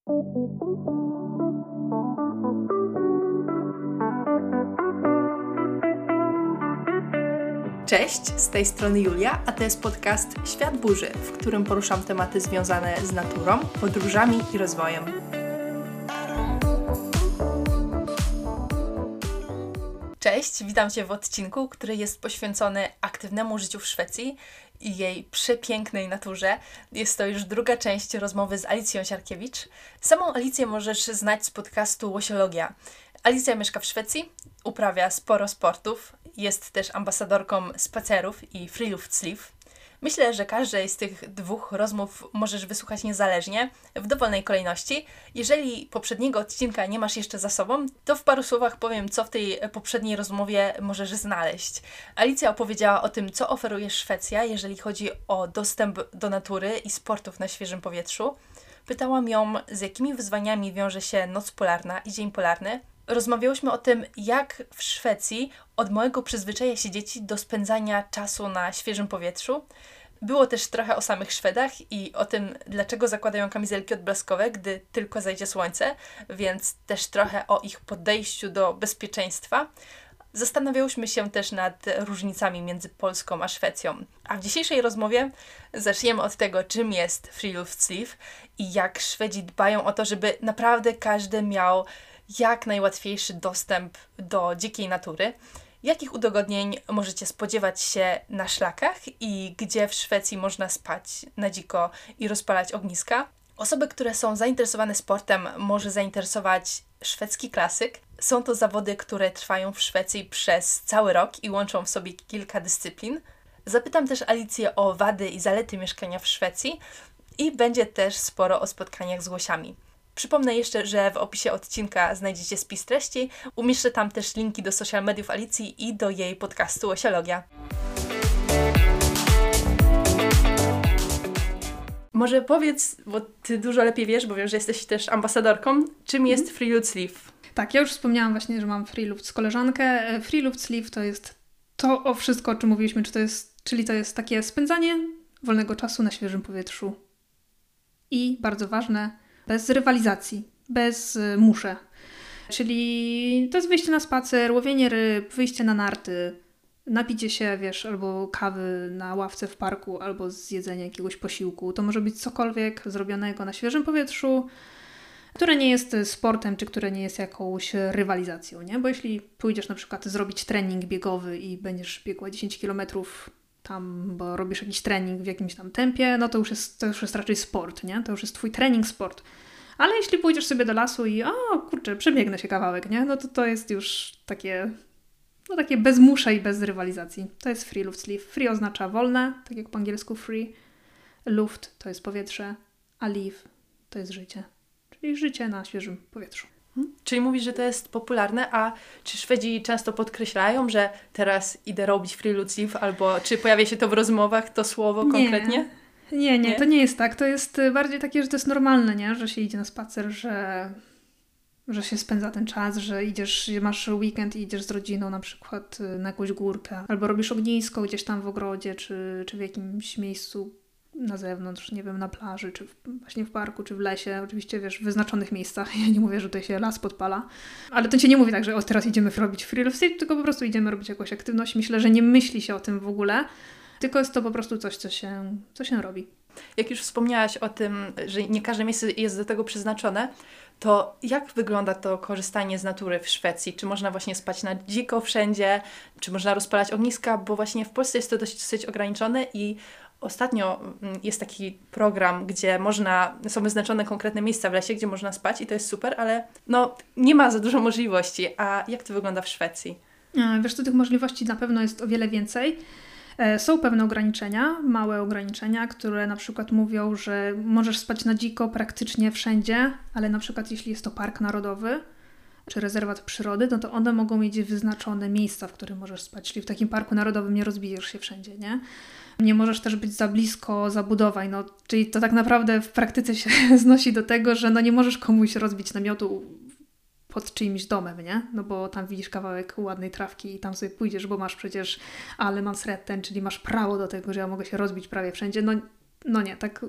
Cześć, z tej strony Julia, a to jest podcast Świat Burzy, w którym poruszam tematy związane z naturą, podróżami i rozwojem. Cześć, witam Cię w odcinku, który jest poświęcony aktywnemu życiu w Szwecji i jej przepięknej naturze. Jest to już druga część rozmowy z Alicją Siarkiewicz. Samą Alicję możesz znać z podcastu Łosiologia. Alicja mieszka w Szwecji, uprawia sporo sportów, jest też ambasadorką spacerów i Friluftsliv. Myślę, że każdej z tych dwóch rozmów możesz wysłuchać niezależnie, w dowolnej kolejności. Jeżeli poprzedniego odcinka nie masz jeszcze za sobą, to w paru słowach powiem, co w tej poprzedniej rozmowie możesz znaleźć. Alicja opowiedziała o tym, co oferuje Szwecja, jeżeli chodzi o dostęp do natury i sportów na świeżym powietrzu. Pytałam ją, z jakimi wyzwaniami wiąże się noc polarna i dzień polarny. Rozmawiałyśmy o tym, jak w Szwecji od małego przyzwyczaja się dzieci do spędzania czasu na świeżym powietrzu. Było też trochę o samych Szwedach i o tym, dlaczego zakładają kamizelki odblaskowe, gdy tylko zajdzie słońce, więc też trochę o ich podejściu do bezpieczeństwa. Zastanawiałyśmy się też nad różnicami między Polską a Szwecją. A w dzisiejszej rozmowie zaczniemy od tego, czym jest Friluftsliv i jak Szwedzi dbają o to, żeby naprawdę każdy miał jak najłatwiejszy dostęp do dzikiej natury. Jakich udogodnień możecie spodziewać się na szlakach i gdzie w Szwecji można spać na dziko i rozpalać ogniska? Osoby, które są zainteresowane sportem, może zainteresować szwedzki klasyk. Są to zawody, które trwają w Szwecji przez cały rok i łączą w sobie kilka dyscyplin. Zapytam też Alicję o wady i zalety mieszkania w Szwecji i będzie też sporo o spotkaniach z łosiami. Przypomnę jeszcze, że w opisie odcinka znajdziecie spis treści. Umieszczę tam też linki do social mediów Alicji i do jej podcastu Łosiologia. Może powiedz, bo Ty dużo lepiej wiesz, bo wiem, że jesteś też ambasadorką, czym jest Friluftsliv? Tak, ja już wspomniałam właśnie, że mam Friluft koleżankę. Friluftsliv to jest to o wszystko, o czym mówiliśmy, czyli to jest takie spędzanie wolnego czasu na świeżym powietrzu. I bardzo ważne, bez rywalizacji, bez muszę. Czyli to jest wyjście na spacer, łowienie ryb, wyjście na narty, napicie się, albo kawy na ławce w parku, albo zjedzenie jakiegoś posiłku. To może być cokolwiek zrobionego na świeżym powietrzu, które nie jest sportem, czy które nie jest jakąś rywalizacją, nie? Bo jeśli pójdziesz na przykład zrobić trening biegowy i będziesz biegła 10 km tam, bo robisz jakiś trening w jakimś tam tempie, no to już jest raczej sport, nie? To już jest twój trening, sport. Ale jeśli pójdziesz sobie do lasu i przebiegnę się kawałek, nie? No to jest już takie bez musza i bez rywalizacji. To jest Friluftsliv. Free oznacza wolne, tak jak po angielsku free. Luft to jest powietrze, a liv to jest życie. Czyli życie na świeżym powietrzu. Czyli mówisz, że to jest popularne, a czy Szwedzi często podkreślają, że teraz idę robić Friluftsliv, albo czy pojawia się to w rozmowach, to słowo konkretnie? Nie, to nie jest tak. To jest bardziej takie, że to jest normalne, nie? Że się idzie na spacer, że się spędza ten czas, że masz weekend i idziesz z rodziną na przykład na jakąś górkę, albo robisz ognisko gdzieś tam w ogrodzie, czy w jakimś miejscu na zewnątrz, nie wiem, na plaży, czy właśnie w parku, czy w lesie, oczywiście, w wyznaczonych miejscach. Ja nie mówię, że tutaj się las podpala, ale to cię nie mówi tak, że teraz idziemy robić Friluftsliv, tylko po prostu idziemy robić jakąś aktywność. Myślę, że nie myśli się o tym w ogóle, tylko jest to po prostu coś, co się robi. Jak już wspomniałaś o tym, że nie każde miejsce jest do tego przeznaczone, to jak wygląda to korzystanie z natury w Szwecji? Czy można właśnie spać na dziko wszędzie? Czy można rozpalać ogniska? Bo właśnie w Polsce jest to dosyć ograniczone i ostatnio jest taki program, gdzie są wyznaczone konkretne miejsca w lesie, gdzie można spać i to jest super, ale nie ma za dużo możliwości. A jak to wygląda w Szwecji? To tych możliwości na pewno jest o wiele więcej. Są pewne ograniczenia, małe ograniczenia, które na przykład mówią, że możesz spać na dziko praktycznie wszędzie, ale na przykład jeśli jest to park narodowy czy rezerwat przyrody, no to one mogą mieć wyznaczone miejsca, w których możesz spać. Czyli w takim parku narodowym nie rozbijesz się wszędzie, nie? Nie możesz też być za blisko zabudowań, czyli to tak naprawdę w praktyce się znosi do tego, że nie możesz komuś rozbić namiotu pod czyimś domem, nie? No bo tam widzisz kawałek ładnej trawki i tam sobie pójdziesz, bo masz przecież allemansrätten, czyli masz prawo do tego, że ja mogę się rozbić prawie wszędzie. No nie, tak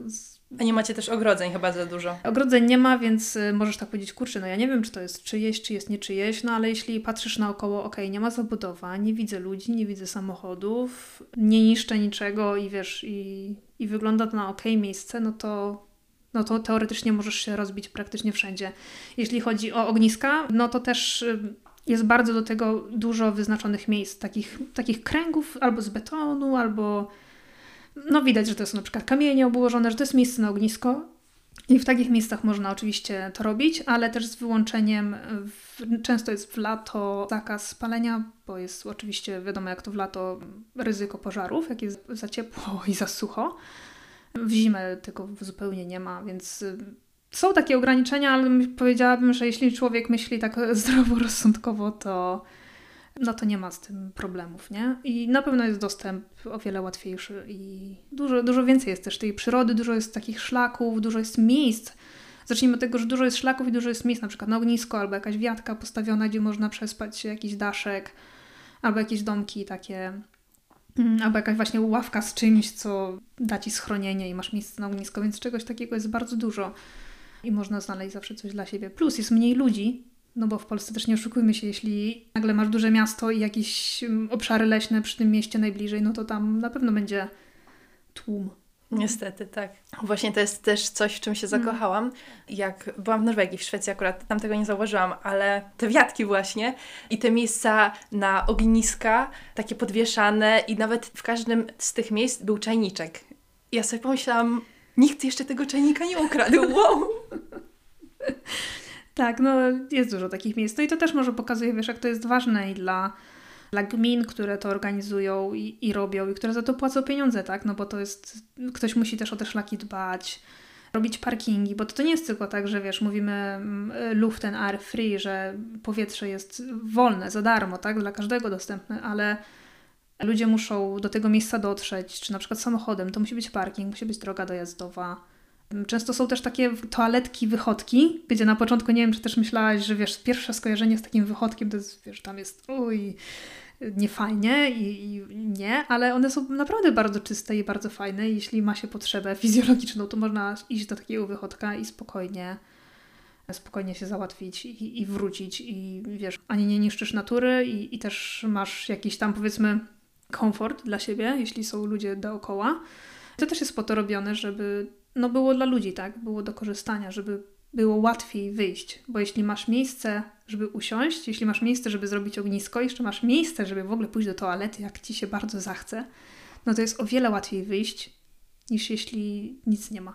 A nie macie też ogrodzeń chyba za dużo. Ogrodzeń nie ma, więc możesz tak powiedzieć, kurczę, no ja nie wiem, czy to jest czyjeś, czy jest nie czyjeś, no ale jeśli patrzysz naokoło, okej, nie ma zabudowa, nie widzę ludzi, nie widzę samochodów, nie niszczę niczego i wiesz, i wygląda to na miejsce, no to teoretycznie możesz się rozbić praktycznie wszędzie. Jeśli chodzi o ogniska, no to też jest bardzo do tego dużo wyznaczonych miejsc, takich kręgów albo z betonu, albo no widać, że to są na przykład kamienie obłożone, że to jest miejsce na ognisko i w takich miejscach można oczywiście to robić, ale też z wyłączeniem, często jest w lato zakaz palenia, bo jest oczywiście wiadomo jak to w lato ryzyko pożarów, jak jest za ciepło i za sucho. W zimę tego zupełnie nie ma, więc są takie ograniczenia, ale powiedziałabym, że jeśli człowiek myśli tak zdroworozsądkowo, to no to nie ma z tym problemów, nie? I na pewno jest dostęp o wiele łatwiejszy i dużo więcej jest też tej przyrody, dużo jest takich szlaków, dużo jest miejsc. Zacznijmy od tego, że dużo jest szlaków i dużo jest miejsc, na przykład na ognisko, albo jakaś wiatka postawiona, gdzie można przespać, jakiś daszek, albo jakieś domki takie, albo jakaś właśnie ławka z czymś, co da ci schronienie i masz miejsce na ognisko, więc czegoś takiego jest bardzo dużo i można znaleźć zawsze coś dla siebie. Plus jest mniej ludzi, no bo w Polsce też nie oszukujmy się, jeśli nagle masz duże miasto i jakieś obszary leśne przy tym mieście najbliżej, no to tam na pewno będzie tłum. Niestety, tak. Właśnie to jest też coś, w czym się zakochałam. Jak byłam w Norwegii, w Szwecji akurat, tam tego nie zauważyłam, ale te wiatki właśnie i te miejsca na ogniska, takie podwieszane i nawet w każdym z tych miejsc był czajniczek. I ja sobie pomyślałam, nikt jeszcze tego czajnika nie ukradł, wow! Tak, no jest dużo takich miejsc. No i to też może pokazuje, wiesz, jak to jest ważne i dla gmin, które to organizują i robią i które za to płacą pieniądze, tak? No bo to jest, ktoś musi też o te szlaki dbać, robić parkingi, bo to nie jest tylko tak, że wiesz, mówimy Luften are free, że powietrze jest wolne, za darmo, tak? Dla każdego dostępne, ale ludzie muszą do tego miejsca dotrzeć, czy na przykład samochodem, to musi być parking, musi być droga dojazdowa. Często są też takie toaletki, wychodki, gdzie na początku, nie wiem, czy też myślałaś, że wiesz, pierwsze skojarzenie z takim wychodkiem to jest, wiesz, tam jest niefajnie i nie, ale one są naprawdę bardzo czyste i bardzo fajne. Jeśli ma się potrzebę fizjologiczną, to można iść do takiego wychodka i spokojnie się załatwić i wrócić i wiesz, ani nie niszczysz natury i też masz jakiś tam powiedzmy komfort dla siebie, jeśli są ludzie dookoła. To też jest po to robione, żeby no było dla ludzi, tak? Było do korzystania, żeby było łatwiej wyjść. Bo jeśli masz miejsce, żeby usiąść, jeśli masz miejsce, żeby zrobić ognisko, jeszcze masz miejsce, żeby w ogóle pójść do toalety, jak ci się bardzo zachce, no to jest o wiele łatwiej wyjść, niż jeśli nic nie ma.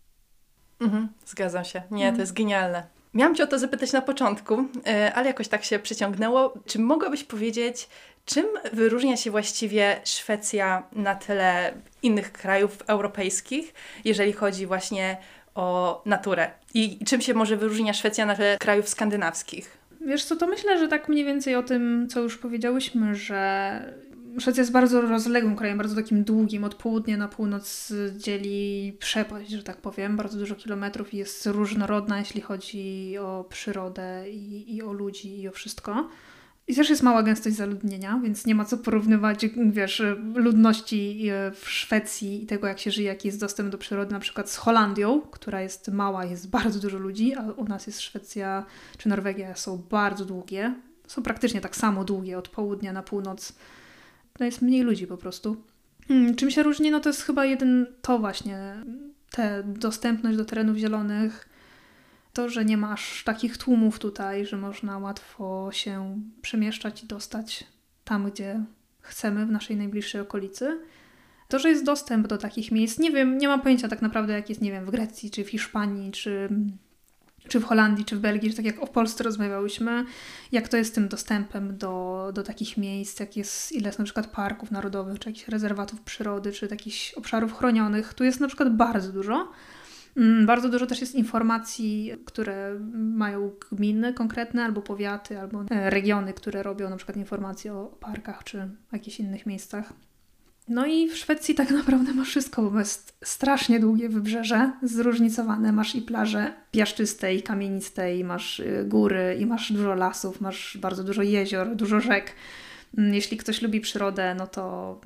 Zgadzam się. Nie, to jest genialne. Miałam Cię o to zapytać na początku, ale jakoś tak się przyciągnęło. Czy mogłabyś powiedzieć, czym wyróżnia się właściwie Szwecja na tle innych krajów europejskich, jeżeli chodzi właśnie o naturę? I czym się może wyróżnia Szwecja na tle krajów skandynawskich? Wiesz co, to myślę, że tak mniej więcej o tym, co już powiedziałyśmy, że Szwecja jest bardzo rozległym krajem, bardzo takim długim, od południa na północ dzieli przepaść, że tak powiem, bardzo dużo kilometrów i jest różnorodna, jeśli chodzi o przyrodę i o ludzi i o wszystko. I też jest mała gęstość zaludnienia, więc nie ma co porównywać, wiesz, ludności w Szwecji i tego, jak się żyje, jaki jest dostęp do przyrody, na przykład z Holandią, która jest mała, jest bardzo dużo ludzi, a u nas jest Szwecja czy Norwegia są bardzo długie, są praktycznie tak samo długie od południa na północ. No jest mniej ludzi po prostu. Czym się różni? No to jest chyba to właśnie, ta dostępność do terenów zielonych, to, że nie masz takich tłumów tutaj, że można łatwo się przemieszczać i dostać tam, gdzie chcemy, w naszej najbliższej okolicy. To, że jest dostęp do takich miejsc, nie wiem, nie mam pojęcia tak naprawdę, jak jest, nie wiem, w Grecji, czy w Hiszpanii, czy w Holandii, czy w Belgii, że tak jak o Polsce rozmawiałyśmy, jak to jest z tym dostępem do takich miejsc, ile jest na przykład parków narodowych, czy jakichś rezerwatów przyrody, czy jakichś obszarów chronionych. Tu jest na przykład bardzo dużo. Bardzo dużo też jest informacji, które mają gminy konkretne, albo powiaty, albo regiony, które robią na przykład informacje o parkach, czy jakichś innych miejscach. No i w Szwecji tak naprawdę masz wszystko, bo jest strasznie długie wybrzeże, zróżnicowane. Masz i plaże piaszczyste, i kamieniste, i masz góry, i masz dużo lasów, masz bardzo dużo jezior, dużo rzek. Jeśli ktoś lubi przyrodę, no to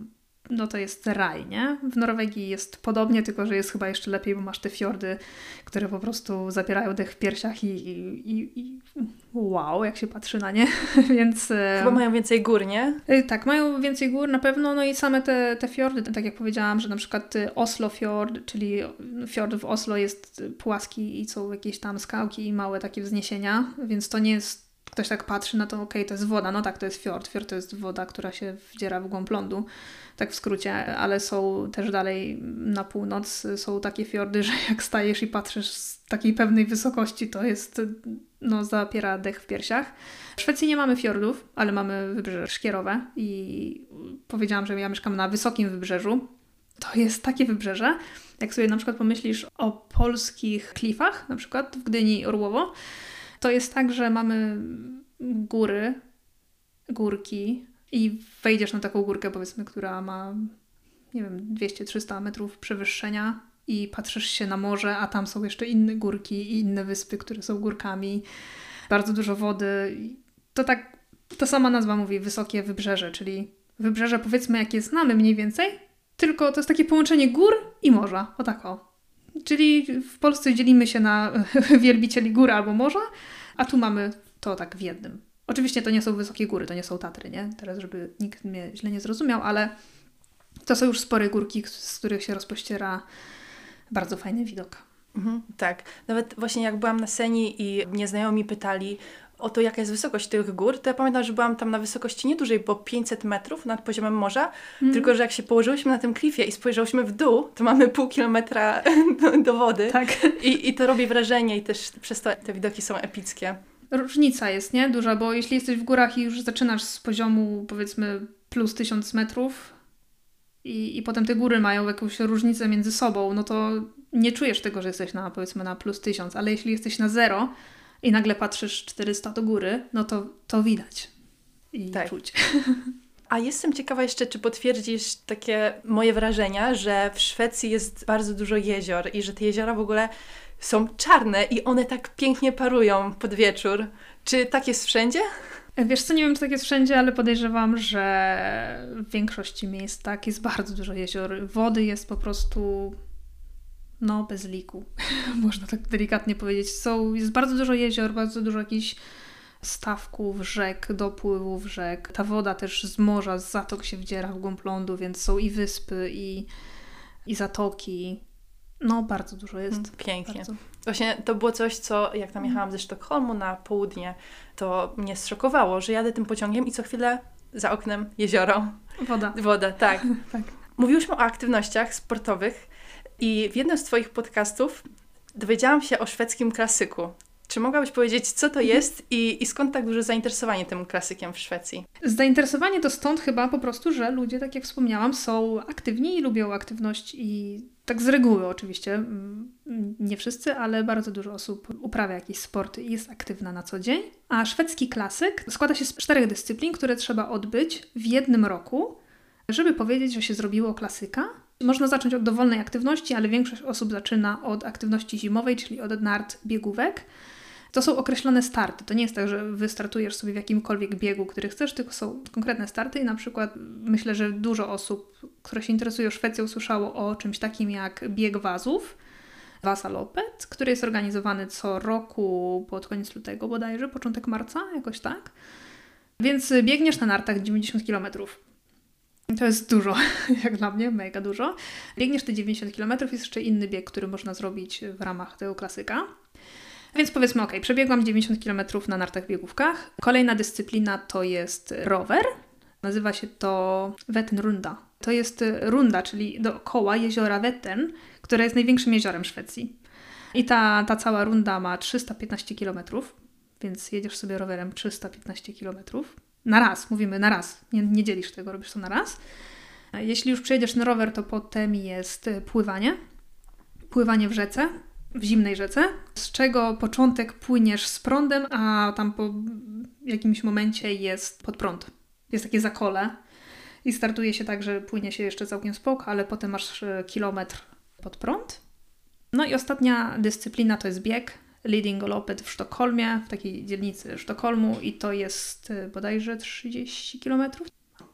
no to jest raj, nie? W Norwegii jest podobnie, tylko że jest chyba jeszcze lepiej, bo masz te fiordy, które po prostu zapierają dech w piersiach i wow, jak się patrzy na nie, więc... Chyba mają więcej gór, nie? Tak, mają więcej gór na pewno, no i same te fiordy, tak jak powiedziałam, że na przykład Oslo Fjord, czyli fiord w Oslo jest płaski i są jakieś tam skałki i małe takie wzniesienia, więc to nie jest... Ktoś tak patrzy na to, okej, to jest woda, no tak, to jest fiord. Fiord to jest woda, która się wdziera w głąb lądu, tak w skrócie, ale są też dalej na północ, są takie fiordy, że jak stajesz i patrzysz z takiej pewnej wysokości, to jest, no zapiera dech w piersiach. W Szwecji nie mamy fiordów, ale mamy wybrzeże szkierowe i powiedziałam, że ja mieszkam na wysokim wybrzeżu. To jest takie wybrzeże, jak sobie na przykład pomyślisz o polskich klifach, na przykład w Gdyni Orłowo, to jest tak, że mamy górki i wejdziesz na taką górkę, powiedzmy, która ma, nie wiem, 200-300 metrów przewyższenia i patrzysz się na morze, a tam są jeszcze inne górki i inne wyspy, które są górkami. Bardzo dużo wody. To tak, ta sama nazwa mówi wysokie wybrzeże, czyli wybrzeże, powiedzmy, jakie znamy mniej więcej, tylko to jest takie połączenie gór i morza. O tak o. Czyli w Polsce dzielimy się na wielbicieli gór albo morza, a tu mamy to tak w jednym. Oczywiście to nie są wysokie góry, to nie są Tatry, nie? Teraz, żeby nikt mnie źle nie zrozumiał, ale to są już spore górki, z których się rozpościera bardzo fajny widok. Tak. Nawet właśnie jak byłam na Seni i nieznajomi pytali o to, jaka jest wysokość tych gór, to ja pamiętam, że byłam tam na wysokości nie dużej, bo 500 metrów nad poziomem morza, tylko że jak się położyłyśmy na tym klifie i spojrzałyśmy w dół, to mamy pół kilometra do wody. Tak. I to robi wrażenie i też przez to te widoki są epickie. Różnica jest, nie? Duża, bo jeśli jesteś w górach i już zaczynasz z poziomu, powiedzmy, plus 1000 metrów i potem te góry mają jakąś różnicę między sobą, no to nie czujesz tego, że jesteś na, powiedzmy, na plus 1000, ale jeśli jesteś na 0 i nagle patrzysz 400 do góry, no to widać i tak. czuć. A jestem ciekawa jeszcze, czy potwierdzisz takie moje wrażenia, że w Szwecji jest bardzo dużo jezior i że te jeziora w ogóle są czarne i one tak pięknie parują pod wieczór. Czy tak jest wszędzie? Wiesz co, nie wiem, czy tak jest wszędzie, ale podejrzewam, że w większości miejsc tak, jest bardzo dużo jezior. Wody jest po prostu, no, bez liku. Można tak delikatnie powiedzieć. Jest bardzo dużo jezior, bardzo dużo jakichś stawków rzek, dopływów rzek. Ta woda też z morza, z zatok się wdziera w głąb lądu, więc są i wyspy, i zatoki. No, bardzo dużo jest. Pięknie. Bardzo. Właśnie to było coś, co jak tam jechałam ze Sztokholmu na południe, to mnie zszokowało, że jadę tym pociągiem i co chwilę za oknem jezioro. Woda, tak. Tak. Mówiłyśmy o aktywnościach sportowych i w jednym z Twoich podcastów dowiedziałam się o szwedzkim klasyku. Czy mogłabyś powiedzieć, co to jest i skąd tak duże zainteresowanie tym klasykiem w Szwecji? Zainteresowanie to stąd chyba po prostu, że ludzie, tak jak wspomniałam, są aktywni i lubią aktywność i tak z reguły oczywiście, nie wszyscy, ale bardzo dużo osób uprawia jakieś sporty i jest aktywna na co dzień. A szwedzki klasyk składa się z 4 dyscyplin, które trzeba odbyć w jednym roku, żeby powiedzieć, że się zrobiło klasyka. Można zacząć od dowolnej aktywności, ale większość osób zaczyna od aktywności zimowej, czyli od nart, biegówek. To są określone starty. To nie jest tak, że wystartujesz sobie w jakimkolwiek biegu, który chcesz, tylko są konkretne starty i na przykład myślę, że dużo osób, które się interesują Szwecją, słyszało o czymś takim jak bieg wazów, Vasaloppet, który jest organizowany co roku pod koniec lutego bodajże, początek marca, jakoś tak. Więc biegniesz na nartach 90 km. To jest dużo, jak dla mnie, mega dużo. Biegniesz te 90 km, jest jeszcze inny bieg, który można zrobić w ramach tego klasyka. Więc powiedzmy, przebiegłam 90 km na nartach biegówkach. Kolejna dyscyplina to jest rower. Nazywa się to Vätternrunda. To jest runda, czyli dookoła jeziora Vättern, które jest największym jeziorem Szwecji. I ta cała runda ma 315 km, więc jedziesz sobie rowerem 315 km. Na raz, mówimy na raz. Nie dzielisz tego, robisz to na raz. Jeśli już przejedziesz na rower, to potem jest pływanie. Pływanie w rzece. W zimnej rzece, z czego początek płyniesz z prądem, a tam po jakimś momencie jest pod prąd. Jest takie zakole i startuje się tak, że płynie się jeszcze całkiem spoko, ale potem masz kilometr pod prąd. No i ostatnia dyscyplina to jest bieg, Lidingö-loppet w Sztokholmie, w takiej dzielnicy Sztokholmu i to jest bodajże 30 km.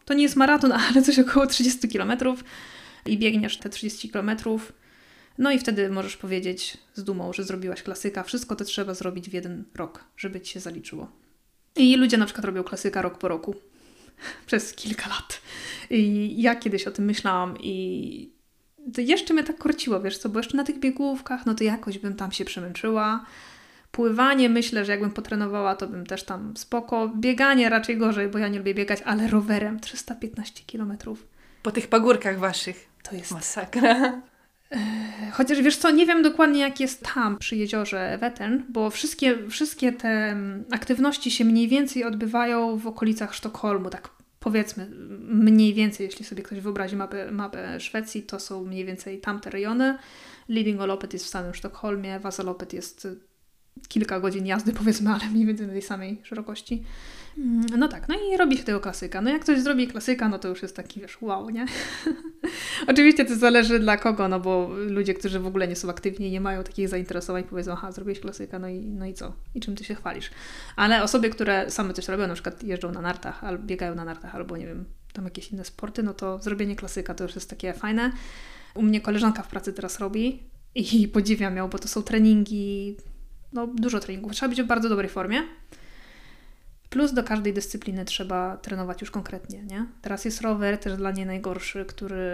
To nie jest maraton, ale coś około 30 kilometrów i biegniesz te 30 kilometrów. No i wtedy możesz powiedzieć z dumą, że zrobiłaś klasyka. Wszystko to trzeba zrobić w 1 rok, żeby ci się zaliczyło. I ludzie na przykład robią klasyka rok po roku. Przez kilka lat. I ja kiedyś o tym myślałam i to jeszcze mnie tak korciło, wiesz co, bo jeszcze na tych biegówkach, no to jakoś bym tam się przemęczyła. Pływanie myślę, że jakbym potrenowała, to bym też tam spoko. Bieganie raczej gorzej, bo ja nie lubię biegać, ale rowerem 315 kilometrów. Po tych pagórkach waszych. To jest masakra. Chociaż wiesz co, nie wiem dokładnie jak jest tam przy jeziorze Wettern, bo wszystkie te aktywności się mniej więcej odbywają w okolicach Sztokholmu, tak powiedzmy mniej więcej, jeśli sobie ktoś wyobrazi mapę Szwecji, to są mniej więcej tamte rejony. Lidingö-Loppet jest w samym Sztokholmie, Vasaloppet jest kilka godzin jazdy powiedzmy, ale mniej więcej na tej samej szerokości. No tak, no i robi się tego klasyka. No jak ktoś zrobi klasyka, no to już jest taki, wiesz, wow, nie? Oczywiście to zależy dla kogo, no bo ludzie, którzy w ogóle nie są aktywni, nie mają takich zainteresowań, powiedzą, aha, zrobiłeś klasyka, no i co? I czym ty się chwalisz? Ale osoby, które same coś robią, na przykład jeżdżą na nartach, albo biegają na nartach, albo nie wiem, tam jakieś inne sporty, no to zrobienie klasyka to już jest takie fajne. U mnie koleżanka w pracy teraz robi i podziwiam ją, bo to są treningi, no dużo treningów. Trzeba być w bardzo dobrej formie. Plus do każdej dyscypliny trzeba trenować już konkretnie, nie? Teraz jest rower, też dla niej najgorszy, który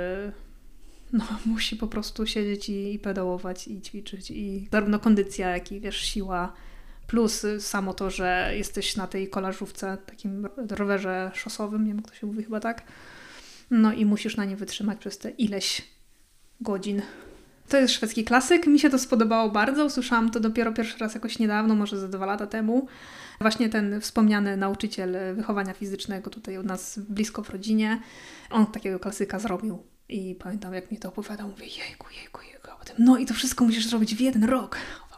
no, musi po prostu siedzieć i pedałować i ćwiczyć i zarówno kondycja, jak i wiesz, siła, plus samo to, że jesteś na tej kolażówce, takim rowerze szosowym, nie wiem jak to się mówi chyba tak, no i musisz na nim wytrzymać przez te ileś godzin. To jest szwedzki klasyk, mi się to spodobało bardzo, usłyszałam to dopiero pierwszy raz jakoś niedawno, może ze 2 lata temu. Właśnie ten wspomniany nauczyciel wychowania fizycznego tutaj u nas blisko w rodzinie, on takiego klasyka zrobił. I pamiętam, jak mi to opowiadał, mówię, jejku, a potem, no i to wszystko musisz zrobić w 1 rok.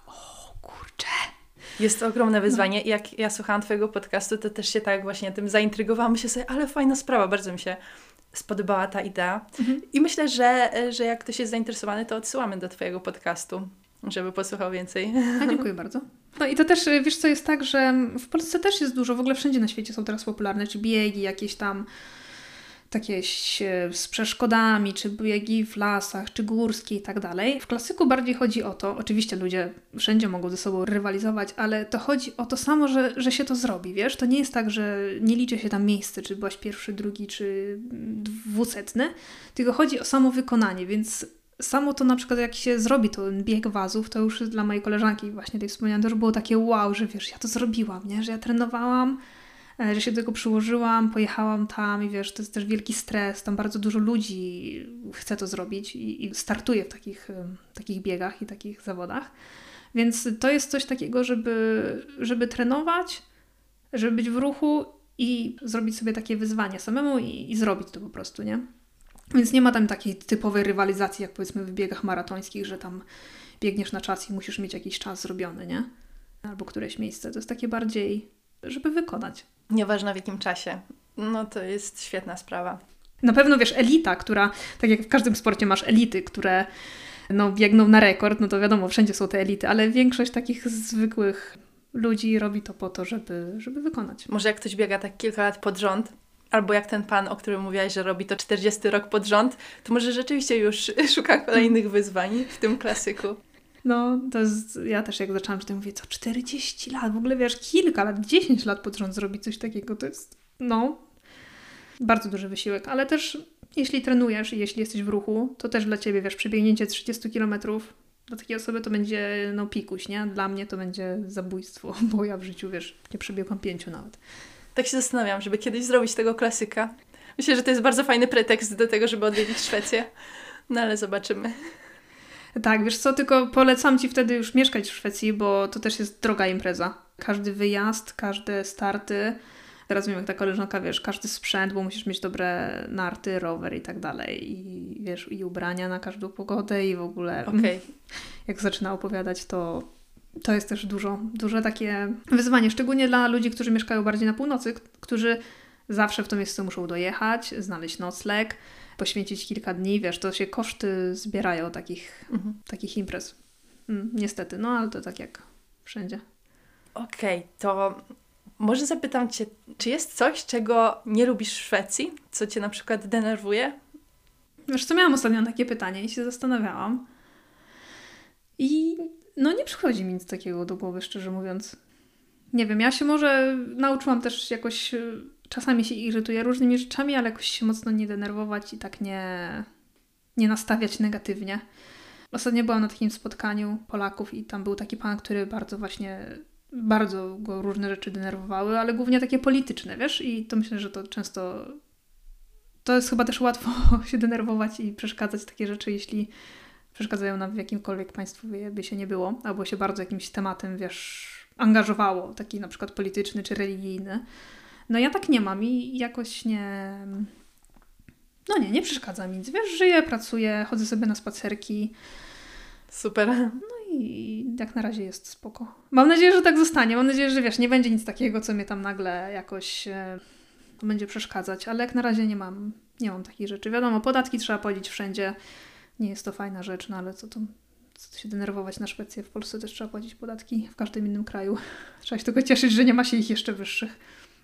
O kurczę. Jest to ogromne wyzwanie. No. Jak ja słuchałam twojego podcastu, to też się tak właśnie tym zaintrygowałam. Myślę sobie, ale fajna sprawa, bardzo mi się spodobała ta idea. I myślę, że jak ktoś jest zainteresowany, to odsyłamy do twojego podcastu, żeby posłuchał więcej. A dziękuję bardzo. No i to też, wiesz co, jest tak, że w Polsce też jest dużo, w ogóle wszędzie na świecie są teraz popularne, czy biegi jakieś tam takie z przeszkodami, czy biegi w lasach, czy górskie i tak dalej. W klasyku bardziej chodzi o to, oczywiście ludzie wszędzie mogą ze sobą rywalizować, ale to chodzi o to samo, że się to zrobi, wiesz? To nie jest tak, że nie liczy się tam miejsce, czy byłaś pierwszy, drugi, czy 200, tylko chodzi o samo wykonanie, więc samo to na przykład jak się zrobi ten bieg wazów, to już dla mojej koleżanki właśnie tej wspomniane, to już było takie wow, że wiesz, ja to zrobiłam, nie? Że ja trenowałam, że się do tego przyłożyłam, pojechałam tam i wiesz, to jest też wielki stres, tam bardzo dużo ludzi chce to zrobić i startuje w takich biegach i takich zawodach. Więc to jest coś takiego, żeby trenować, żeby być w ruchu i zrobić sobie takie wyzwanie samemu i zrobić to po prostu, nie? Więc nie ma tam takiej typowej rywalizacji, jak powiedzmy w biegach maratońskich, że tam biegniesz na czas i musisz mieć jakiś czas zrobiony, nie? Albo któreś miejsce. To jest takie bardziej, żeby wykonać. Nieważne w jakim czasie. No to jest świetna sprawa. Na pewno wiesz, elita, która, tak jak w każdym sporcie masz elity, które no, biegną na rekord, no to wiadomo, wszędzie są te elity, ale większość takich zwykłych ludzi robi to po to, żeby wykonać. Może jak ktoś biega tak kilka lat pod rząd, albo jak ten pan, o którym mówiłaś, że robi to 40 rok pod rząd, to może rzeczywiście już szuka kolejnych wyzwań w tym klasyku. No, to jest, ja też jak zaczęłam czytać, mówię, co 40 lat, w ogóle wiesz, kilka lat, 10 lat pod rząd zrobić coś takiego, to jest, no, bardzo duży wysiłek, ale też jeśli trenujesz i jeśli jesteś w ruchu, to też dla ciebie, wiesz, przebiegnięcie 30 kilometrów dla takiej osoby to będzie, no, pikuś, nie? Dla mnie to będzie zabójstwo, bo ja w życiu, wiesz, nie przebiegłam 5 nawet. Tak się zastanawiam, żeby kiedyś zrobić tego klasyka. Myślę, że to jest bardzo fajny pretekst do tego, żeby odwiedzić Szwecję, no ale zobaczymy. Tak, wiesz co, tylko polecam Ci wtedy już mieszkać w Szwecji, bo to też jest droga impreza. Każdy wyjazd, każde starty, teraz wiem jak ta koleżanka, wiesz, każdy sprzęt, bo musisz mieć dobre narty, rower i tak dalej. I wiesz, i ubrania na każdą pogodę i w ogóle jak zaczyna opowiadać, to jest też duże takie wyzwanie, szczególnie dla ludzi, którzy mieszkają bardziej na północy, którzy zawsze w to miejsce muszą dojechać, znaleźć nocleg, poświęcić kilka dni, wiesz, to się koszty zbierają takich imprez. Niestety, no ale to tak jak wszędzie. Okej, to Może zapytam Cię, czy jest coś, czego nie lubisz w Szwecji? Co Cię na przykład denerwuje? Wiesz co, miałam ostatnio takie pytanie i się zastanawiałam. I nie przychodzi mi nic takiego do głowy, szczerze mówiąc. Nie wiem, ja się może nauczyłam też jakoś, czasami się irytuję różnymi rzeczami, ale jakoś się mocno nie denerwować i tak nie nastawiać negatywnie. Ostatnio byłam na takim spotkaniu Polaków i tam był taki pan, który bardzo go różne rzeczy denerwowały, ale głównie takie polityczne, wiesz? I to myślę, że to często... To jest chyba też łatwo się denerwować i przeszkadzać takie rzeczy, jeśli przeszkadzają nam w jakimkolwiek państwie by się nie było, albo się bardzo jakimś tematem, wiesz, angażowało, taki na przykład polityczny czy religijny. No ja tak nie mam i jakoś nie przeszkadza mi nic. Wiesz, żyję, pracuję, chodzę sobie na spacerki. Super. No i jak na razie jest spoko. Mam nadzieję, że tak zostanie. Mam nadzieję, że wiesz, nie będzie nic takiego, co mnie tam nagle jakoś będzie przeszkadzać, ale jak na razie nie mam takich rzeczy. Wiadomo, podatki trzeba płacić wszędzie. Nie jest to fajna rzecz, no ale co się denerwować na Szwecję? W Polsce też trzeba płacić podatki, w każdym innym kraju. Trzeba się tylko cieszyć, że nie ma się ich jeszcze wyższych.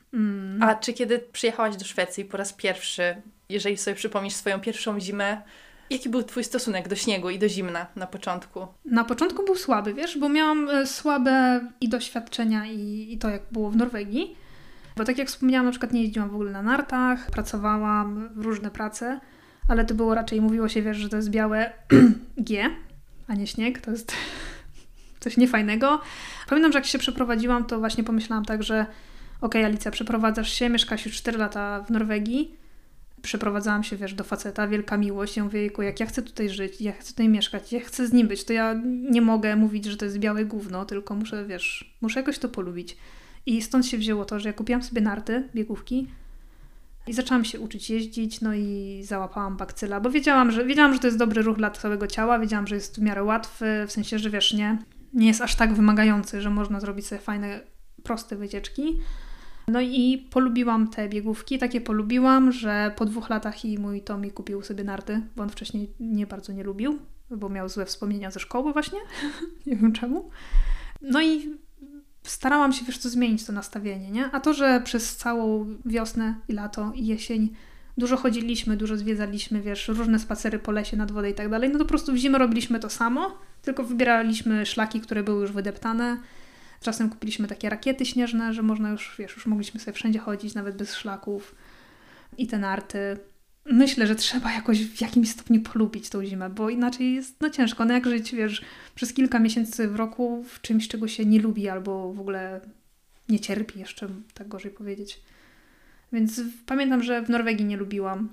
A czy kiedy przyjechałaś do Szwecji po raz pierwszy, jeżeli sobie przypomnisz swoją pierwszą zimę, jaki był Twój stosunek do śniegu i do zimna na początku? Na początku był słaby, wiesz, bo miałam słabe i doświadczenia i to, jak było w Norwegii. Bo tak jak wspomniałam, na przykład nie jeździłam w ogóle na nartach, pracowałam w różne prace, ale to było raczej, mówiło się, wiesz, że to jest białe G, a nie śnieg, to jest coś niefajnego. Pamiętam, że jak się przeprowadziłam, to właśnie pomyślałam tak, że okej, Alicja, przeprowadzasz się, mieszkasz już 4 lata w Norwegii, przeprowadzałam się, wiesz, do faceta, wielka miłość, ja mówię, jejku, jak ja chcę tutaj żyć, ja chcę tutaj mieszkać, ja chcę z nim być, to ja nie mogę mówić, że to jest białe gówno, tylko muszę jakoś to polubić. I stąd się wzięło to, że ja kupiłam sobie narty, biegówki i zaczęłam się uczyć jeździć, no i załapałam bakcyla, bo wiedziałam, że to jest dobry ruch dla całego ciała, wiedziałam, że jest w miarę łatwy, w sensie, że wiesz, nie jest aż tak wymagający, że można zrobić sobie fajne, proste wycieczki. No i polubiłam te biegówki, takie polubiłam, że po 2 latach i mój Tomi kupił sobie narty, bo on wcześniej bardzo nie lubił, bo miał złe wspomnienia ze szkoły właśnie, nie wiem czemu. No i starałam się, wiesz co, zmienić to nastawienie, nie? A to, że przez całą wiosnę i lato i jesień dużo chodziliśmy, dużo zwiedzaliśmy, wiesz, różne spacery po lesie, nad wodę i tak dalej, no to po prostu w zimę robiliśmy to samo, tylko wybieraliśmy szlaki, które były już wydeptane. Czasem kupiliśmy takie rakiety śnieżne, że można już mogliśmy sobie wszędzie chodzić, nawet bez szlaków i te narty. Myślę, że trzeba jakoś w jakimś stopniu polubić tą zimę, bo inaczej jest ciężko. No jak żyć, wiesz, przez kilka miesięcy w roku w czymś, czego się nie lubi albo w ogóle nie cierpi, jeszcze tak gorzej powiedzieć. Więc pamiętam, że w Norwegii nie lubiłam.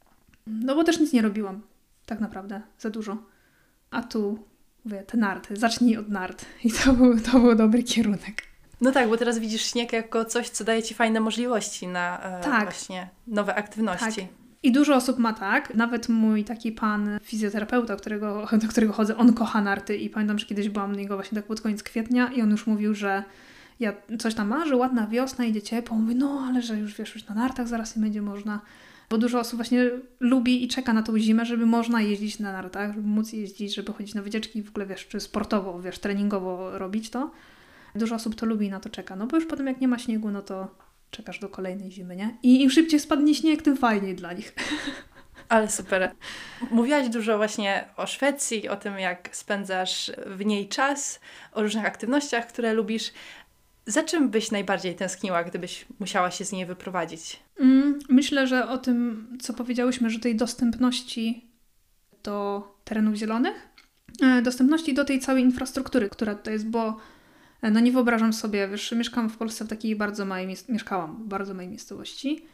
No bo też nic nie robiłam. Tak naprawdę. Za dużo. A tu mówię, te narty. Zacznij od nart. I to był dobry kierunek. No tak, bo teraz widzisz śnieg jako coś, co daje Ci fajne możliwości na właśnie nowe aktywności. Tak. I dużo osób ma tak. Nawet mój taki pan fizjoterapeuta, do którego chodzę, on kocha narty i pamiętam, że kiedyś byłam u niego właśnie tak pod koniec kwietnia i on już mówił, że ja coś tam ma, że ładna wiosna, idzie ciepło. Mówi, no ale że już wiesz, już na nartach zaraz nie będzie można. Bo dużo osób właśnie lubi i czeka na tą zimę, żeby można jeździć na nartach, żeby móc jeździć, żeby chodzić na wycieczki i w ogóle, wiesz, czy sportowo, wiesz, treningowo robić to. Dużo osób to lubi i na to czeka. No bo już potem jak nie ma śniegu, no to czekasz do kolejnej zimy, nie? I im szybciej spadnie śnieg, tym fajniej dla nich. Ale super. Mówiłaś dużo właśnie o Szwecji, o tym, jak spędzasz w niej czas, o różnych aktywnościach, które lubisz. Za czym byś najbardziej tęskniła, gdybyś musiała się z niej wyprowadzić? Myślę, że o tym, co powiedziałyśmy, że tej dostępności do terenów zielonych, dostępności do tej całej infrastruktury, która tutaj jest, bo no nie wyobrażam sobie, wiesz, mieszkam w Polsce w takiej mieszkałam w bardzo małej miejscowości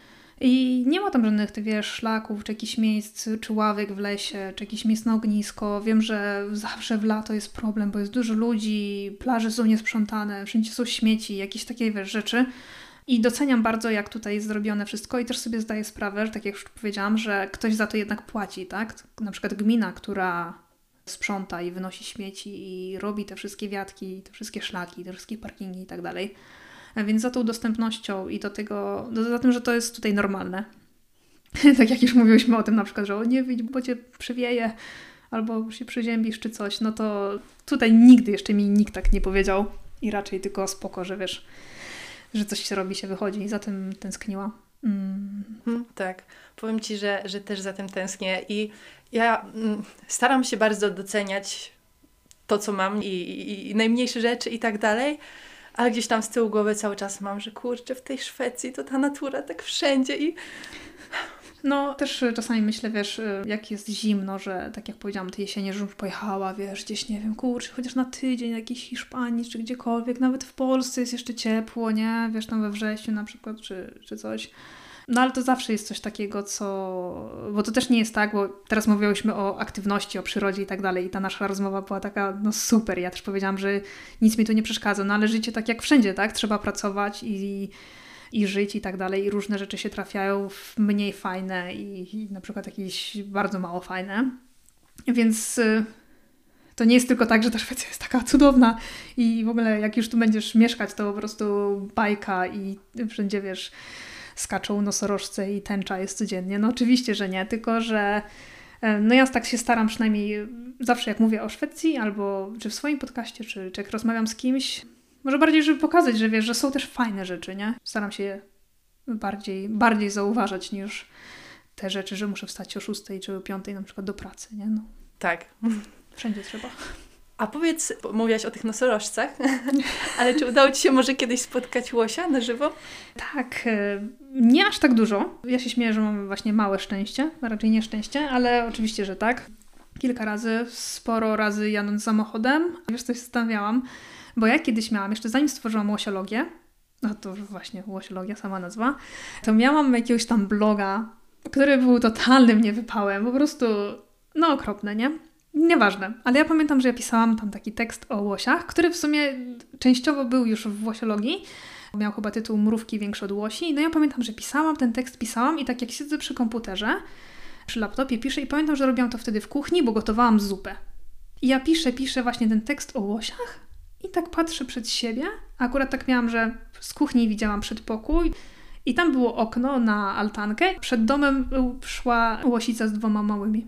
i nie ma tam żadnych, ty wiesz, szlaków, czy jakichś miejsc, czy ławek w lesie, czy jakichś miejsc na ognisko. Wiem, że zawsze w lato jest problem, bo jest dużo ludzi, plaże są niesprzątane, wszędzie są śmieci, jakieś takie, wiesz, rzeczy. I doceniam bardzo, jak tutaj jest zrobione wszystko i też sobie zdaję sprawę, że tak jak już powiedziałam, że ktoś za to jednak płaci, tak? Na przykład gmina, która sprząta i wynosi śmieci i robi te wszystkie wiatki, te wszystkie szlaki, te wszystkie parkingi i tak dalej. Więc za tą dostępnością i za tym, że to jest tutaj normalne. Tak jak już mówiłyśmy o tym na przykład, że o nie wyjdź, bo cię przywieje albo się przeziębisz czy coś, no to tutaj nigdy jeszcze mi nikt tak nie powiedział i raczej tylko spoko, że wiesz, że coś się robi, się wychodzi i za tym tęskniła. Tak, powiem Ci, że też za tym tęsknię i ja staram się bardzo doceniać to, co mam i najmniejsze rzeczy i tak dalej, ale gdzieś tam z tyłu głowy cały czas mam, że kurczę, w tej Szwecji to ta natura tak wszędzie i... No, też czasami myślę, wiesz, jak jest zimno, że tak jak powiedziałam, tej jesieni, że już pojechała, wiesz, gdzieś, nie wiem, kurczę, chociaż na tydzień na jakiejś Hiszpanii, czy gdziekolwiek, nawet w Polsce jest jeszcze ciepło, nie? Wiesz, tam we wrześniu na przykład, czy coś. No, ale to zawsze jest coś takiego, bo to też nie jest tak, bo teraz mówiłyśmy o aktywności, o przyrodzie i tak dalej i ta nasza rozmowa była taka, no super, ja też powiedziałam, że nic mi tu nie przeszkadza, no ale życie tak jak wszędzie, tak? Trzeba pracować i żyć i tak dalej i różne rzeczy się trafiają mniej fajne i na przykład jakieś bardzo mało fajne. Więc to nie jest tylko tak, że ta Szwecja jest taka cudowna i w ogóle jak już tu będziesz mieszkać, to po prostu bajka i wszędzie, wiesz, skaczą nosorożce i tęcza jest codziennie. No oczywiście, że nie, tylko że no ja tak się staram przynajmniej zawsze jak mówię o Szwecji albo czy w swoim podcaście, czy jak rozmawiam z kimś, może bardziej, żeby pokazać, że wiesz, że są też fajne rzeczy, nie? Staram się je bardziej zauważać niż te rzeczy, że muszę wstać o 6 czy o 5 na przykład do pracy, nie? No. Tak. Wszędzie trzeba. A powiedz, mówiłaś o tych nosorożcach, ale czy udało Ci się może kiedyś spotkać łosia na żywo? Tak, nie aż tak dużo. Ja się śmieję, że mam właśnie małe szczęście, a raczej nieszczęście, ale oczywiście, że tak. Kilka razy, sporo razy jadąc samochodem. Wiesz, coś zastanawiałam, bo ja kiedyś miałam, jeszcze zanim stworzyłam łosiologię, no to właśnie łosiologia, sama nazwa, to miałam jakiegoś tam bloga, który był totalnym niewypałem, po prostu, no okropne, nie? Nieważne, ale ja pamiętam, że ja pisałam tam taki tekst o łosiach, który w sumie częściowo był już w łosiologii. Miał chyba tytuł Mrówki większe od łosi. No ja pamiętam, że ten tekst pisałam i tak jak siedzę przy komputerze, przy laptopie piszę i pamiętam, że robiłam to wtedy w kuchni, bo gotowałam zupę. I ja piszę właśnie ten tekst o łosiach i tak patrzę przed siebie. A akurat tak miałam, że z kuchni widziałam przedpokój i tam było okno na altankę. Przed domem szła łosica z 2 małymi.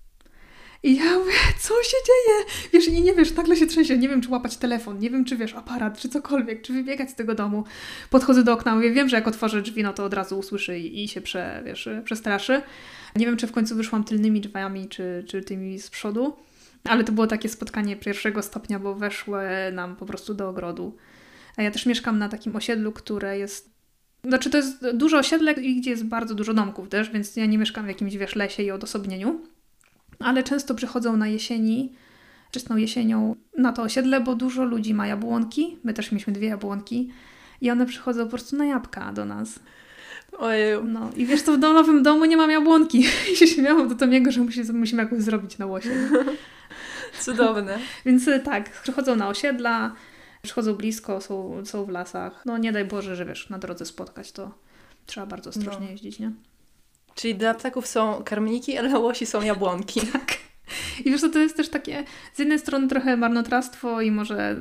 I ja mówię, co się dzieje? Wiesz, i nie wiesz, nagle się trzęsie, nie wiem, czy łapać telefon, nie wiem, czy wiesz, aparat, czy cokolwiek, czy wybiegać z tego domu. Podchodzę do okna, mówię, wiem, że jak otworzę drzwi, no to od razu usłyszy i się przestraszy. Nie wiem, czy w końcu wyszłam tylnymi drzwiami, czy tymi z przodu, ale to było takie spotkanie 1. stopnia, bo weszły nam po prostu do ogrodu. A ja też mieszkam na takim osiedlu, które jest... Znaczy, to jest duże osiedle, gdzie jest bardzo dużo domków też, więc ja nie mieszkam w jakimś, wiesz, lesie i odosobnieniu. Ale często przychodzą na jesieni, wczesną jesienią na to osiedle, bo dużo ludzi ma jabłonki. My też mieliśmy 2 jabłonki i one przychodzą po prostu na jabłka do nas. Ojeju. No i wiesz co, w nowym domu nie mam jabłonki. I się śmiałam do Tomiego, że musimy jakoś zrobić na łosie. Cudowne. Więc tak, przychodzą na osiedla, przychodzą blisko, są w lasach. No nie daj Boże, że wiesz, na drodze spotkać, to trzeba bardzo ostrożnie jeździć, nie? Czyli dla ptaków są karmniki, ale dla łosi są jabłonki. Tak. I wiesz co, to jest też takie z jednej strony trochę marnotrawstwo i może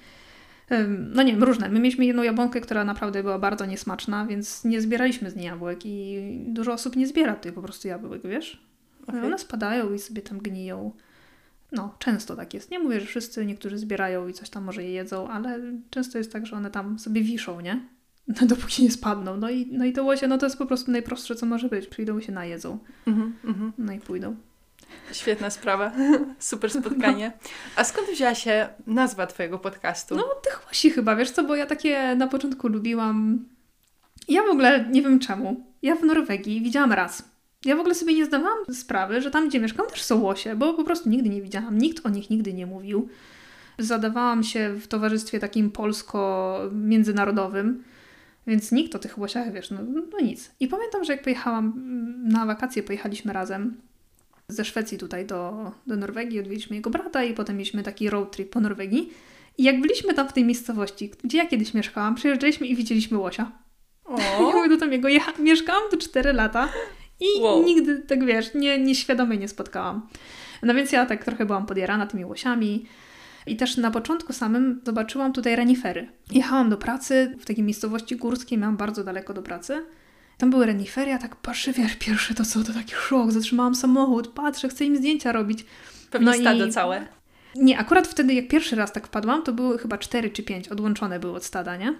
no nie wiem, różne. My mieliśmy jedną jabłonkę, która naprawdę była bardzo niesmaczna, więc nie zbieraliśmy z niej jabłek i dużo osób nie zbiera tutaj po prostu jabłek, wiesz? Okay. One spadają i sobie tam gniją. No, często tak jest. Nie mówię, że wszyscy, niektórzy zbierają i coś tam może je jedzą, ale często jest tak, że one tam sobie wiszą, nie? No, dopóki nie spadną. No i to łosie, no to jest po prostu najprostsze, co może być. Przyjdą i się najedzą. No i pójdą. Świetna sprawa. Super spotkanie. A skąd wzięła się nazwa twojego podcastu? No, tych łosi chyba, wiesz co, bo ja takie na początku lubiłam. Ja w ogóle nie wiem czemu. Ja w Norwegii widziałam raz. Ja w ogóle sobie nie zdawałam sprawy, że tam, gdzie mieszkam, też są łosie, bo po prostu nigdy nie widziałam. Nikt o nich nigdy nie mówił. Zadawałam się w towarzystwie takim polsko-międzynarodowym, więc nikt o tych łosiach, wiesz, no nic. I pamiętam, że jak pojechałam na wakacje, pojechaliśmy razem ze Szwecji tutaj do Norwegii, odwiedziliśmy jego brata i potem mieliśmy taki road trip po Norwegii. I jak byliśmy tam w tej miejscowości, gdzie ja kiedyś mieszkałam, przyjeżdżaliśmy i widzieliśmy łosia. I ja mówię do Tomiego, mieszkałam tu 4 lata i nigdy, tak wiesz, nieświadomie nie spotkałam. No więc ja tak trochę byłam podjarana tymi łosiami. I też na początku samym zobaczyłam tutaj renifery. Jechałam do pracy w takiej miejscowości górskiej, miałam bardzo daleko do pracy. Tam były renifery, ja tak patrzę, wiesz, pierwsze to co, to taki szok, zatrzymałam samochód, patrzę, chcę im zdjęcia robić. Pewnie stado całe. Nie, akurat wtedy jak pierwszy raz tak wpadłam, to były chyba 4 czy 5, odłączone były od stada, nie?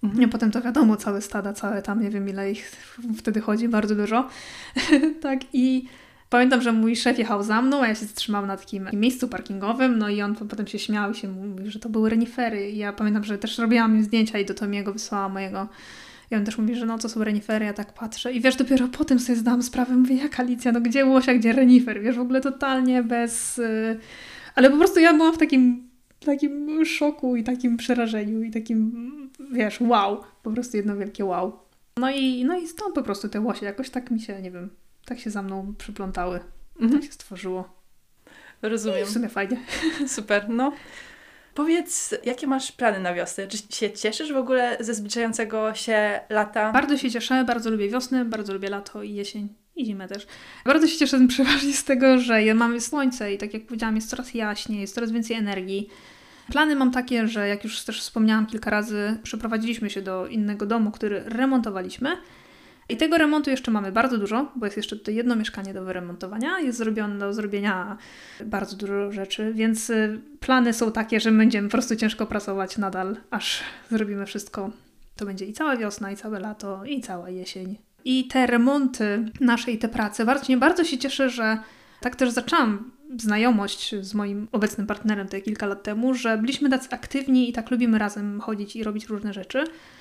Mhm. Potem to wiadomo, całe stada, całe tam, nie wiem ile ich wtedy chodzi, bardzo dużo. Tak i pamiętam, że mój szef jechał za mną, a ja się zatrzymałam na takim miejscu parkingowym, no i on potem się śmiał i się mówił, że to były renifery. I ja pamiętam, że też robiłam im zdjęcia i do Tomiego wysłałam mojego. I on też mówi, że no to są renifery, ja tak patrzę. I wiesz, dopiero potem sobie zdałam sprawę, mówię, jak Alicja, no gdzie łosia, gdzie renifer? Wiesz, w ogóle totalnie bez... Ale po prostu ja byłam w takim szoku i takim przerażeniu i takim, wiesz, wow. Po prostu jedno wielkie wow. No i stąd po prostu te łosie jakoś tak mi się, nie wiem, tak się za mną przyplątały. Tak się stworzyło. Rozumiem. I w sumie fajnie. Super, no. Powiedz, jakie masz plany na wiosnę? Czy się cieszysz w ogóle ze zbliżającego się lata? Bardzo się cieszę, bardzo lubię wiosnę, bardzo lubię lato i jesień. I zimę też. Bardzo się cieszę przeważnie z tego, że mamy słońce i tak jak powiedziałam, jest coraz jaśniej, jest coraz więcej energii. Plany mam takie, że jak już też wspomniałam kilka razy, przeprowadziliśmy się do innego domu, który remontowaliśmy. I tego remontu jeszcze mamy bardzo dużo, bo jest jeszcze tutaj jedno mieszkanie do wyremontowania. Jest zrobione do zrobienia bardzo dużo rzeczy, więc plany są takie, że będziemy po prostu ciężko pracować nadal, aż zrobimy wszystko. To będzie i cała wiosna, i całe lato, i cała jesień. I te remonty nasze i te prace, bardzo się cieszę, że tak też zaczęłam znajomość z moim obecnym partnerem tutaj kilka lat temu, że byliśmy tacy aktywni i tak lubimy razem chodzić i robić różne rzeczy,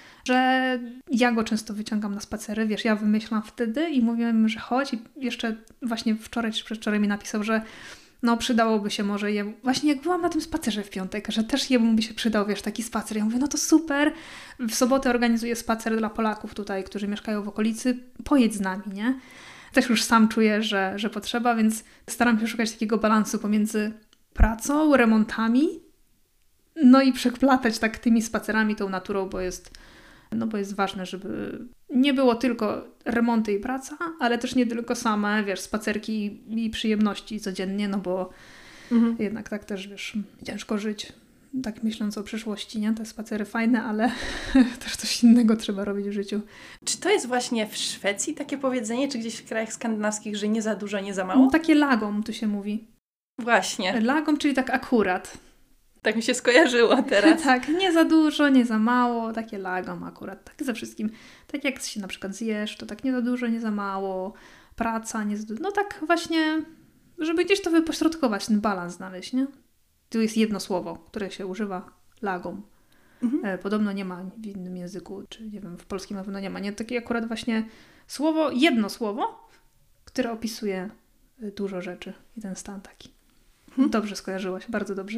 że ja go często wyciągam na spacery, wiesz, ja wymyślam wtedy i mówiłem, że chodź i jeszcze właśnie wczoraj czy przedwczoraj mi napisał, że no przydałoby się może jemu, właśnie jak byłam na tym spacerze w piątek, że też jemu by się przydał, wiesz, taki spacer. Ja mówię, no to super, w sobotę organizuję spacer dla Polaków tutaj, którzy mieszkają w okolicy, pojedź z nami, nie? Też już sam czuję, że potrzeba, więc staram się szukać takiego balansu pomiędzy pracą, remontami, no i przeplatać tak tymi spacerami, tą naturą, bo jest ważne, żeby nie było tylko remonty i praca, ale też nie tylko same, wiesz, spacerki i przyjemności codziennie, no bo jednak tak też, wiesz, ciężko żyć, tak myśląc o przyszłości, nie? Te spacery fajne, ale też coś innego trzeba robić w życiu. Czy to jest właśnie w Szwecji takie powiedzenie, czy gdzieś w krajach skandynawskich, że nie za dużo, nie za mało? Takie lagom tu się mówi. Właśnie. Lagom, czyli tak akurat. Tak mi się skojarzyło teraz. Tak, nie za dużo, nie za mało, takie lagom akurat, tak ze wszystkim. Tak jak się na przykład zjesz, to tak nie za dużo, nie za mało, praca, nie za dużo. No tak właśnie, żeby gdzieś to wypośrodkować, ten balans znaleźć, nie? Tu jest jedno słowo, które się używa, lagom. Podobno nie ma w innym języku, czy nie wiem, w polskim na pewno nie ma. Nie, takie akurat właśnie słowo, jedno słowo, które opisuje dużo rzeczy i ten stan taki. Dobrze skojarzyłaś, bardzo dobrze.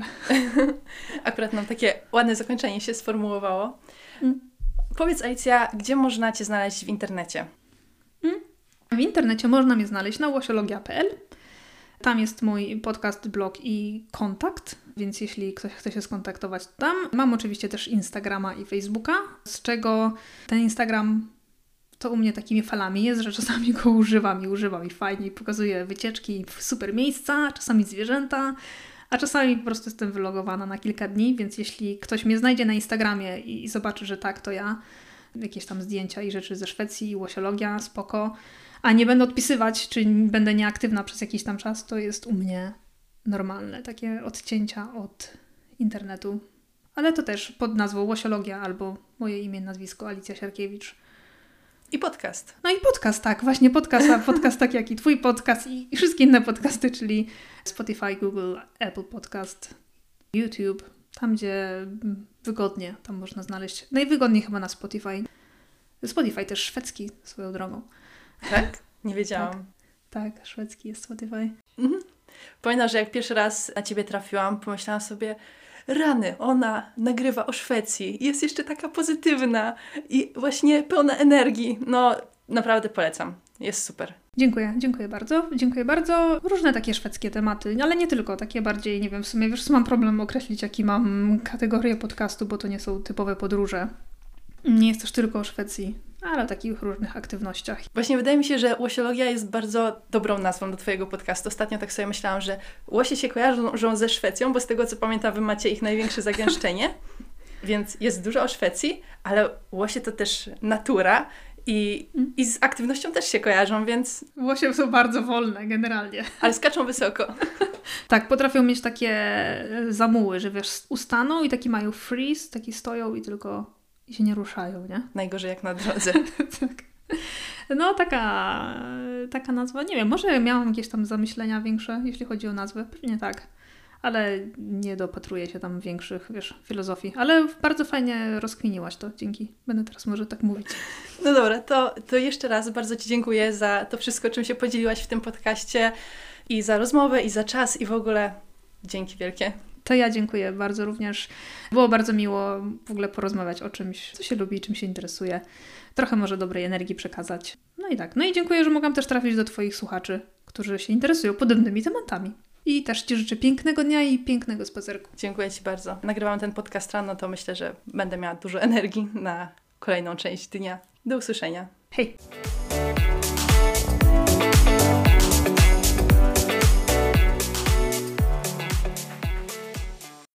Akurat nam takie ładne zakończenie się sformułowało. Powiedz, Alicja, gdzie można Cię znaleźć w internecie? W internecie można mnie znaleźć na łosiologia.pl. Tam jest mój podcast, blog i kontakt, więc jeśli ktoś chce się skontaktować, to tam. Mam oczywiście też Instagrama i Facebooka, z czego ten Instagram to u mnie takimi falami jest, że czasami go używam i fajnie, i pokazuję wycieczki w super miejsca, czasami zwierzęta, a czasami po prostu jestem wylogowana na kilka dni, więc jeśli ktoś mnie znajdzie na Instagramie i zobaczy, że tak, to ja, jakieś tam zdjęcia i rzeczy ze Szwecji i łosiologia, spoko, a nie będę odpisywać, czy będę nieaktywna przez jakiś tam czas, to jest u mnie normalne, takie odcięcia od internetu. Ale to też pod nazwą Łosiologia albo moje imię, nazwisko Alicja Siarkiewicz. I podcast. No i podcast, tak, właśnie podcast, a podcast tak jak i Twój podcast i wszystkie inne podcasty, czyli Spotify, Google, Apple Podcast, YouTube, tam gdzie wygodnie, tam można znaleźć, najwygodniej chyba na Spotify. Spotify też szwedzki swoją drogą. Tak? Nie wiedziałam. Tak, szwedzki jest Spotify. Pamiętam, że jak pierwszy raz na Ciebie trafiłam, pomyślałam sobie, rany, ona nagrywa o Szwecji, jest jeszcze taka pozytywna i właśnie pełna energii. No, naprawdę polecam. Jest super. Dziękuję bardzo. Dziękuję bardzo. Różne takie szwedzkie tematy, ale nie tylko, takie bardziej, nie wiem, w sumie wiesz, mam problem określić, jaki mam kategorię podcastu, bo to nie są typowe podróże. Nie jest też tylko o Szwecji, ale o takich różnych aktywnościach. Właśnie wydaje mi się, że łosiologia jest bardzo dobrą nazwą do Twojego podcastu. Ostatnio tak sobie myślałam, że łosie się kojarzą ze Szwecją, bo z tego co pamiętam, Wy macie ich największe zagęszczenie, więc jest dużo o Szwecji, ale łosie to też natura i z aktywnością też się kojarzą, więc... Łosie są bardzo wolne generalnie. Ale skaczą wysoko. Tak, potrafią mieć takie zamuły, że wiesz, ustaną i taki mają freeze, taki stoją i tylko i się nie ruszają, nie? Najgorzej jak na drodze. Tak. No taka nazwa, nie wiem, może miałam jakieś tam zamyślenia większe, jeśli chodzi o nazwę, pewnie tak, ale nie dopatruję się tam większych, filozofii, ale bardzo fajnie rozkminiłaś to, dzięki, będę teraz może tak mówić. No dobra, to jeszcze raz bardzo Ci dziękuję za to wszystko, czym się podzieliłaś w tym podcaście i za rozmowę, i za czas, i w ogóle dzięki wielkie. To ja dziękuję bardzo również. Było bardzo miło w ogóle porozmawiać o czymś, co się lubi, czym się interesuje. Trochę może dobrej energii przekazać. No i tak. No i dziękuję, że mogłam też trafić do Twoich słuchaczy, którzy się interesują podobnymi tematami. I też Ci życzę pięknego dnia i pięknego spacerku. Dziękuję Ci bardzo. Nagrywam ten podcast rano, to myślę, że będę miała dużo energii na kolejną część dnia. Do usłyszenia. Hej!